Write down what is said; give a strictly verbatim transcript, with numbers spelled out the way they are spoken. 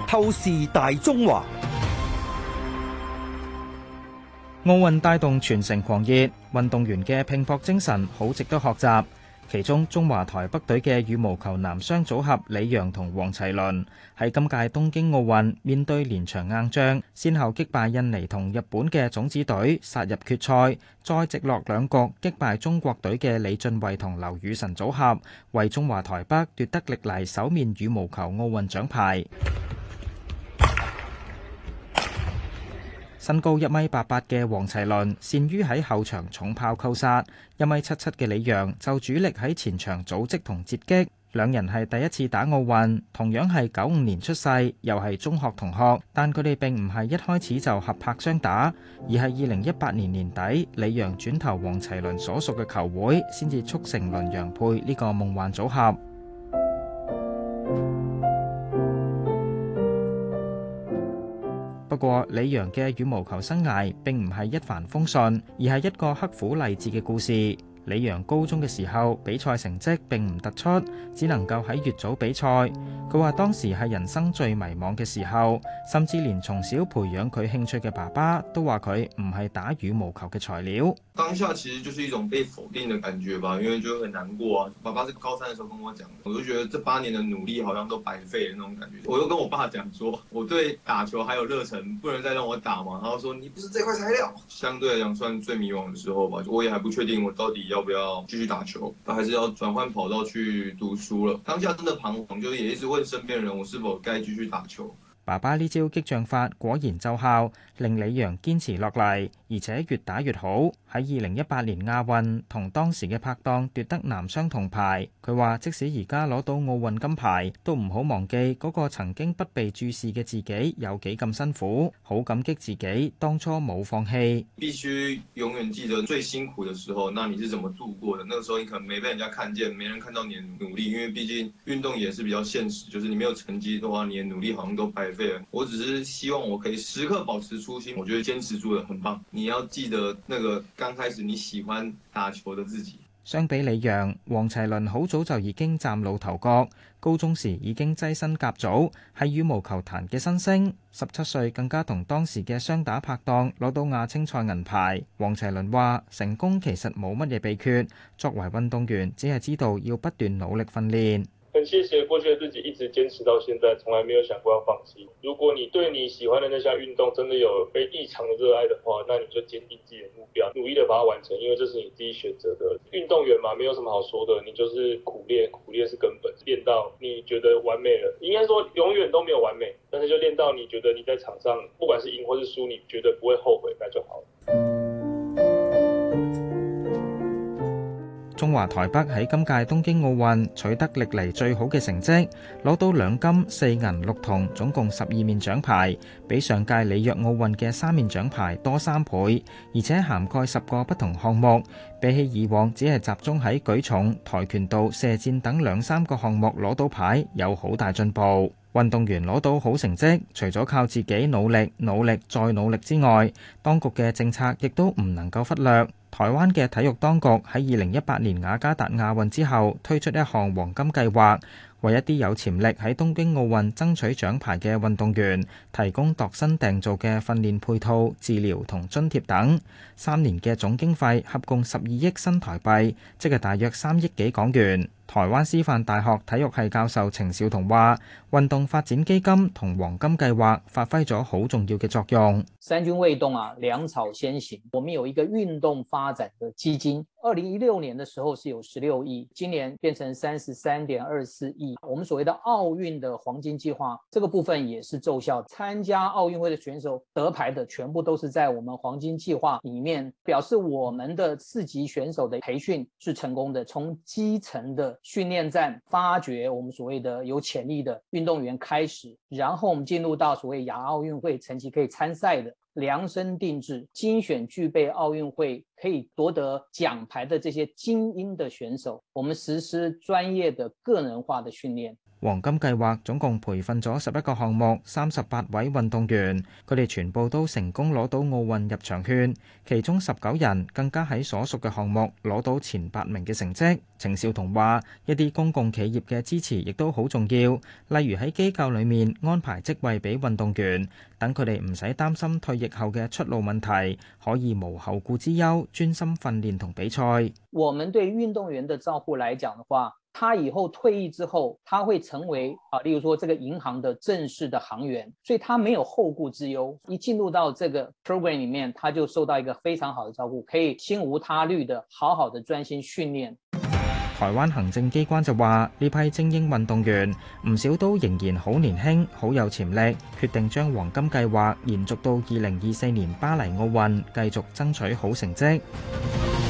透視大中華。 奧運帶動全城狂熱，運動員嘅拼搏精神好值得學習。其中中華台北隊嘅羽毛球男雙組合李洋同黃齊麟喺今屆東京奧運面對連場硬仗，先後擊敗印尼同日本嘅種子隊殺入決賽，再直落兩局擊敗中國隊嘅李峻卉同劉雨辰組合，為中華台北奪得歷嚟首面羽毛球奧運獎牌。身高一米八八嘅黃齊麟擅於喺後場重炮扣殺，一米七七嘅李洋就主力喺前場組織同截擊。兩人係第一次打奧運，同樣係九五年出世，又係中學同學，但佢哋並唔係一開始就合拍雙打，而係二零一八年年底李洋轉投黃齊麟所屬嘅球會，先至促成麟洋配呢個夢幻組合。不過李洋嘅羽毛球生涯並唔係一帆風順，而係一個刻苦勵志嘅故事。李洋高中嘅時候比賽成績並唔突出，只能夠喺乙組比賽。佢話當時係人生最迷茫嘅時候，甚至連從小培養佢興趣嘅爸爸都話佢唔係打羽毛球嘅材料。 當下其實就是一種被否定的感覺吧，因為就很難過啊。爸爸是高三的時候跟我講，我就覺得這八年的努力好像都白費了那種感覺。我又跟我爸講說，我對打球還有熱忱，不能再讓我打嘛。然後說你不是這塊材料。相對來講算最迷惘的時候吧，我也還不確定我到底要不要繼續打球，還是要轉換跑道去讀書了。當下真的彷徨，就也一直問身邊人，我是否該繼續打球。 爸爸呢招激將法果然奏效，令李洋堅持落嚟，而且越打越好。喺二零一八年亞運同當時嘅拍檔奪得男雙銅牌。佢話即使而家攞到奧運金牌，都唔好忘記嗰個曾經不被注視嘅自己有幾咁辛苦，好感激自己當初冇放棄。 必須永遠記得最辛苦的時候，那你是怎麼度過的？那個時候你可能沒被人家看見，沒人看到你的努力，因為畢竟運動也是比較現實，就是你沒有成績的話，你的努力好像都白費了。我只是希望我可以時刻保持初心，我覺得堅持住了很棒。你要記得那個剛開始你喜歡打球的自己。 相比李洋，黃齊麟好早就已經嶄露頭角，高中時已經躋身甲組，係羽毛球壇嘅新星。十七歲更加同當時嘅雙打拍檔攞到亞青賽銀牌。黃齊麟話：成功其實冇乜嘢秘訣，作為運動員，只係知道要不斷努力訓練。 很謝謝過去的自己一直堅持到現在，從來沒有想過要放棄。如果你對你喜歡的那項運動真的有非異常的熱愛的話，那你就堅定自己的目標，努力的把它完成，因為這是你自己選擇的。運動員嘛，沒有什麼好說的，你就是苦練，苦練是根本，練到你覺得完美了。應該說永遠都沒有完美，但是就練到你覺得你在場上，不管是贏或是輸，你絕對不會後悔，那就好了。 中華台北喺今屆東京奧運取得歷嚟最好嘅成績，攞到兩金四銀六銅，總共十二面獎牌，比上屆里約奧運嘅三面獎牌多三倍，而且涵蓋十個不同項目，比起以往只係集中喺舉重、跆拳道、射箭等兩三個項目攞到牌，有好大進步。運動員攞到好成績，除咗靠自己努力、努力再努力之外，當局嘅政策亦都唔能夠忽略。台灣嘅體育當局喺二零一八年雅加達亞運之後推出一項黃金計劃，為一啲有潛力喺東京奧運爭取獎牌嘅運動員提供度身訂造嘅訓練配套、治療同津貼等。三年嘅總經費合共十二億新台幣，即係大約三億幾港元。台灣師範大學體育系教授程少彤話，運動發展基金同黃金計劃發揮咗好重要嘅作用。 三軍未動啊，糧草先行。我們有一個運動發展的基金，二零一六年的時候是有十六億，今年變成三十三點二四億。我們所謂的奧運的黃金計劃，這個部分也是奏效。參加奧運會的選手得牌的，全部都是在我們黃金計劃裡面，表示我們的四級選手的培訓是成功的，從基層的訓練站發掘我們所謂的有潛力的運動員開始，然後我們進入到所謂亞奧運會成績可以參賽的，量身定制精選具備奧運會可以奪得獎牌的這些精英的選手，我們實施專業的個人化的訓練。 黃金計劃總共培訓咗十一個項目，三十八位運動員，佢哋全部都成功攞到奧運入場券，其中十九人更加喺所屬嘅項目攞到前八名嘅成績。 程少彤話：一啲公共企業嘅支持亦都好重要，例如喺機構裡面安排職位俾運動員，等佢哋唔使擔心退役後嘅出路問題，可以無後顧之憂，專心訓練同比賽。 我們對運動員的照顧來講的話，他以後退役之後，他會成為啊，例如說這個銀行的正式的行員，所以他沒有後顧之憂。一進入到這個 program 裡面，他就受到一個非常好的照顧，可以心無他慮的好好的專心訓練。 台灣行政機關就話，呢批精英運動員唔少都仍然好年輕，好有潛力，決定將黃金計劃延續到二零二四年巴黎奧運，繼續爭取好成績。